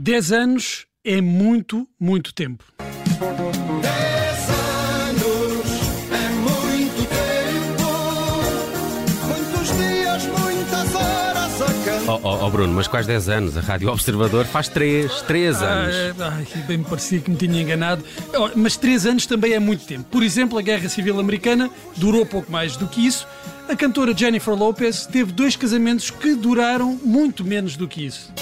10 anos é muito, muito tempo. 10 anos é muito tempo, muitos dias, muitas horas a cantar. Bruno, mas quais 10 anos? A Rádio Observador faz 3 anos. Bem me parecia que me tinha enganado. Mas 3 anos também é muito tempo. Por exemplo, a Guerra Civil Americana durou pouco mais do que isso. A cantora Jennifer Lopez teve 2 casamentos que duraram muito menos do que isso.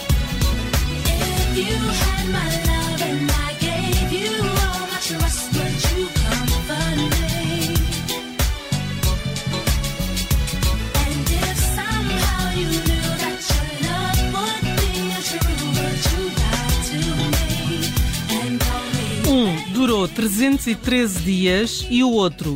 Um durou 313 dias e o outro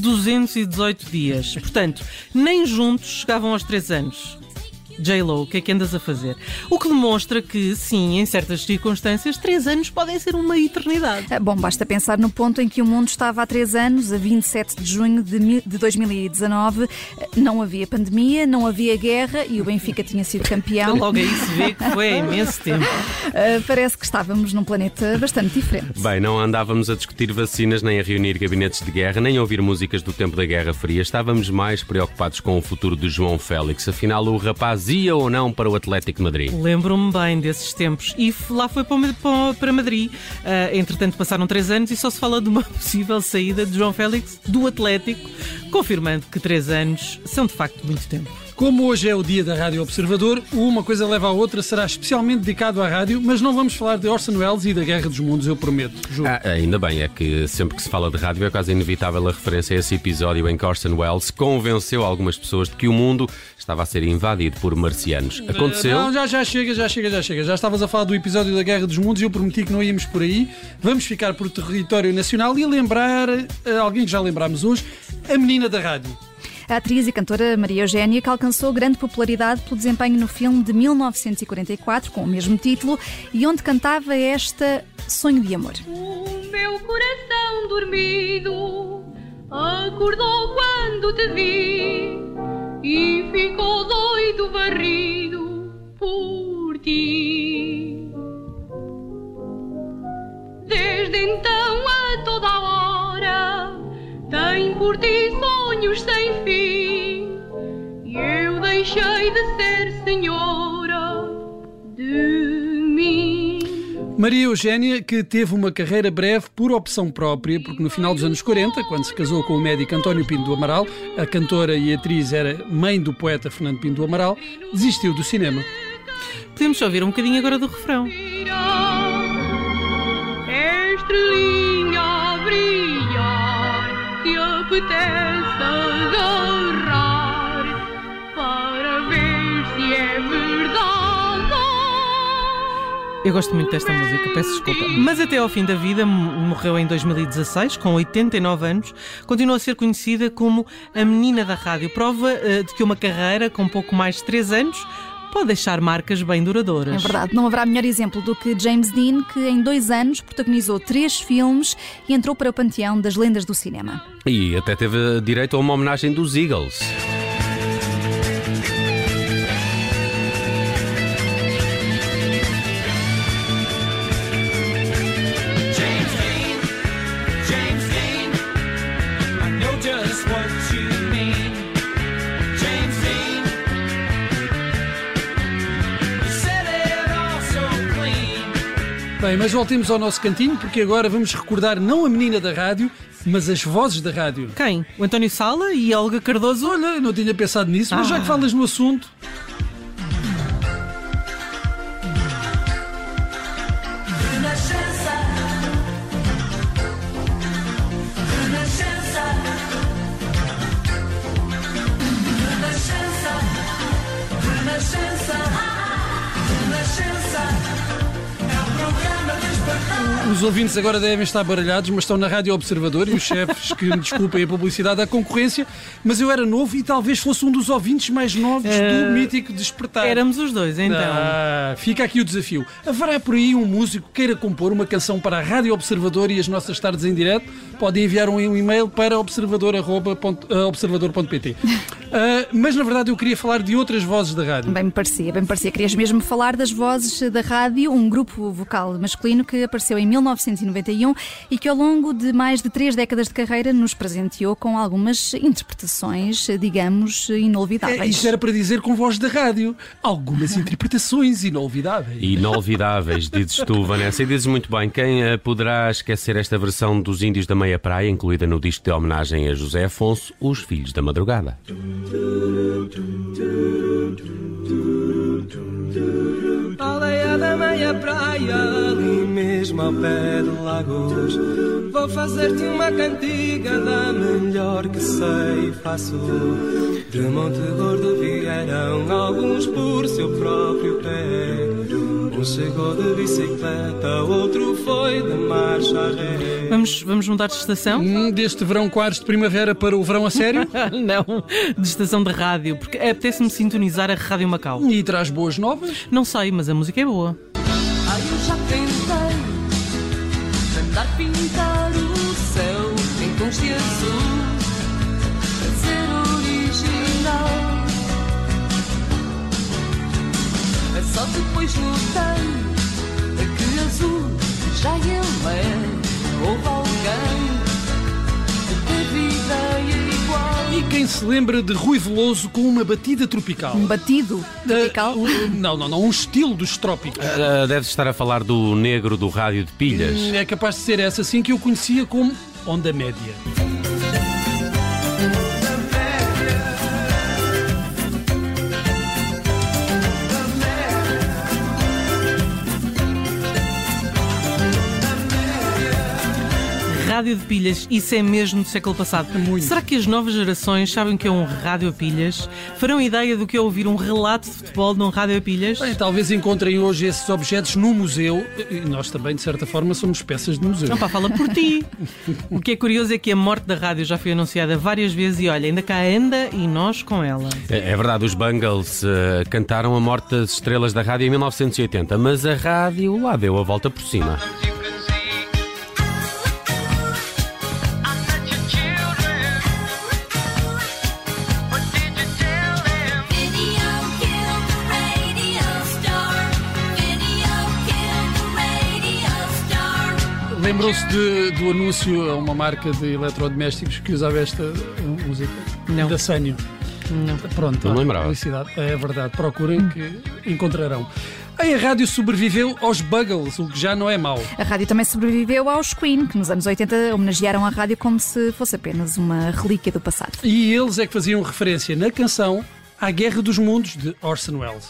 218 dias. Portanto, nem juntos chegavam aos 3 anos. J-Lo, o que é que andas a fazer? O que demonstra que, sim, em certas circunstâncias, 3 anos podem ser uma eternidade. Bom, basta pensar no ponto em que o mundo estava há 3 anos, a 27 de junho de 2019. Não havia pandemia, não havia guerra e o Benfica tinha sido campeão. Logo aí se vê que foi há imenso tempo. Parece que estávamos num planeta bastante diferente. Bem, não andávamos a discutir vacinas, nem a reunir gabinetes de guerra, nem a ouvir músicas do tempo da Guerra Fria. Estávamos mais preocupados com o futuro de João Félix. Afinal, o rapaz ia ou não para o Atlético de Madrid? Lembro-me bem desses tempos. E lá foi para Madrid. Entretanto, passaram 3 anos e só se fala de uma possível saída de João Félix do Atlético, confirmando que 3 anos são de facto muito tempo. Como hoje é o dia da Rádio Observador, uma coisa leva à outra, será especialmente dedicado à rádio, mas não vamos falar de Orson Welles e da Guerra dos Mundos, eu prometo. Juro. Ainda bem, é que sempre que se fala de rádio é quase inevitável a referência a esse episódio em que Orson Welles convenceu algumas pessoas de que o mundo estava a ser invadido por marcianos. Aconteceu? Não, já chega. Já estavas a falar do episódio da Guerra dos Mundos e eu prometi que não íamos por aí. Vamos ficar por território nacional e lembrar, alguém que já lembrámos hoje, a menina da rádio. A atriz e cantora Maria Eugénia, que alcançou grande popularidade pelo desempenho no filme de 1944, com o mesmo título, e onde cantava esta Sonho de Amor. O meu coração dormido acordou quando te vi e ficou doido varrido por ti. Desde então a toda a hora tem por ti sonhos sem fim e eu deixei de ser senhora de mim. Maria Eugénia, que teve uma carreira breve por opção própria, porque no final dos anos 40, quando se casou com o médico António Pinto do Amaral, a cantora e atriz era mãe do poeta Fernando Pinto do Amaral, desistiu do cinema. Podemos só ouvir um bocadinho agora do refrão. Estrelinha a brilhar que apetece agarrar para ver se é verdade. Eu gosto muito desta música, peço desculpa. Mas até ao fim da vida, morreu em 2016, com 89 anos, continua a ser conhecida como a menina da rádio. Prova de que uma carreira com pouco mais de 3 anos pode deixar marcas bem duradouras. É verdade, não haverá melhor exemplo do que James Dean, que em 2 anos protagonizou 3 filmes e entrou para o panteão das lendas do cinema. E até teve direito a uma homenagem dos Eagles. Bem, mas voltemos ao nosso cantinho, porque agora vamos recordar não a menina da rádio, mas as vozes da rádio. Quem? O António Sala e a Olga Cardoso? Olha, eu não tinha pensado nisso, mas já que falas no assunto... Os ouvintes agora devem estar baralhados, mas estão na Rádio Observador e os chefes que me desculpem a publicidade da concorrência, mas eu era novo e talvez fosse um dos ouvintes mais novos do mítico Despertar. Éramos os dois, então. Fica aqui o desafio. Haverá por aí um músico que queira compor uma canção para a Rádio Observador e as nossas tardes em direto? Pode enviar um e-mail para observador.pt. Mas na verdade eu queria falar de outras vozes da rádio. Bem me parecia. Querias mesmo falar das vozes da rádio, um grupo vocal masculino que apareceu em 1991 e que ao longo de mais de 3 décadas de carreira nos presenteou com algumas interpretações, digamos, inolvidáveis. Isto era para dizer com voz da rádio. Algumas interpretações inolvidáveis. Inolvidáveis, dizes tu, Vanessa, e dizes muito bem. Quem poderá esquecer esta versão dos Índios da Meia Praia, incluída no disco de homenagem a José Afonso, Os Filhos da Madrugada? Aldeia da meia praia, ali mesmo ao pé de Lagos. Vou fazer-te uma cantiga da melhor que sei e faço. De Monte Gordo vieram alguns por seu próprio pé. Um chegou de bicicleta, outro foi de marcha a ré. Vamos mudar de estação? Deste verão quadros de primavera para o verão a sério? Não, de estação de rádio, porque apetece-me sintonizar a Rádio Macau. E traz boas novas? Não sei, mas a música é boa. Ai, eu já tentei mandar pintar o céu em tons de azul, para ser original. É só depois notei que azul já ele é. Houve alguém que teve ideia igual. E quem se lembra de Rui Veloso com uma batida tropical? Um batido tropical? Não, um estilo dos trópicos. Deves estar a falar do negro do rádio de pilhas. É capaz de ser essa, assim, que eu conhecia como onda média. Rádio de pilhas, isso é mesmo do século passado. Muito. Será que as novas gerações sabem o que é um rádio a pilhas? Farão ideia do que é ouvir um relato de futebol num rádio a pilhas? Bem, talvez encontrem hoje esses objetos no museu. E nós também, de certa forma, somos peças de museu. Não, pá, fala por ti. O que é curioso é que a morte da rádio já foi anunciada várias vezes e olha, ainda cá anda e nós com ela. É verdade, os Bungles cantaram a morte das estrelas da rádio em 1980, mas a rádio lá deu a volta por cima. Lembrou-se do anúncio a uma marca de eletrodomésticos que usava esta música? Não. Da Sanyo. Não. Pronto, Não lembrava. Publicidade. É verdade, procurem que encontrarão. A rádio sobreviveu aos Buggles, o que já não é mau. A rádio também sobreviveu aos Queen, que nos anos 80 homenagearam a rádio como se fosse apenas uma relíquia do passado. E eles é que faziam referência na canção à Guerra dos Mundos de Orson Welles.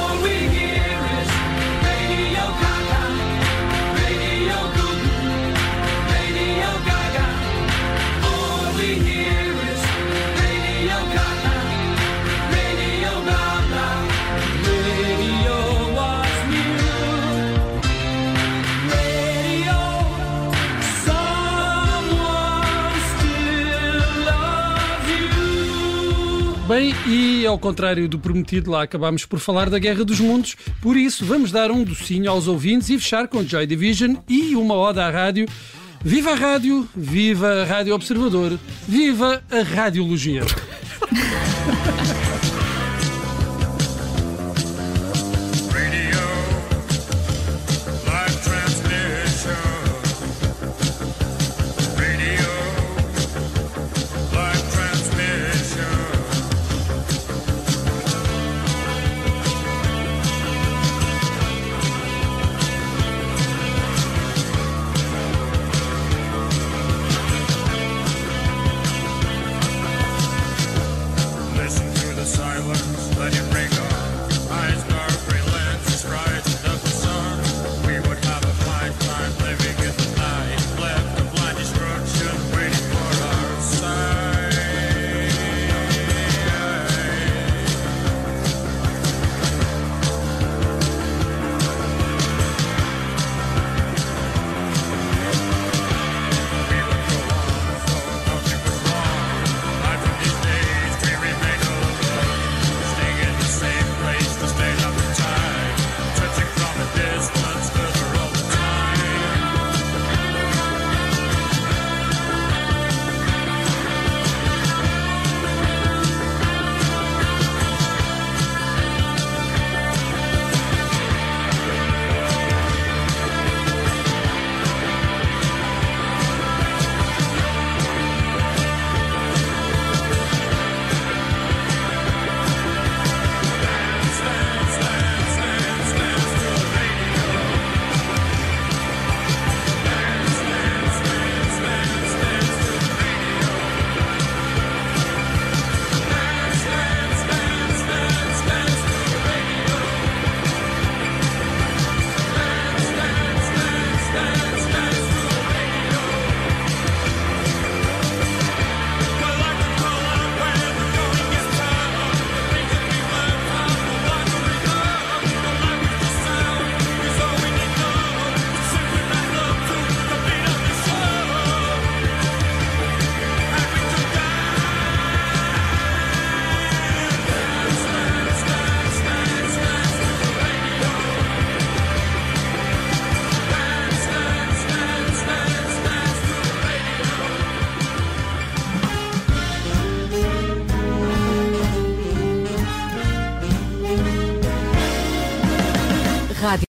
Bem, e ao contrário do prometido, lá acabámos por falar da Guerra dos Mundos. Por isso, vamos dar um docinho aos ouvintes e fechar com Joy Division e uma oda à rádio. Viva a rádio, viva a Rádio Observador, viva a radiologia.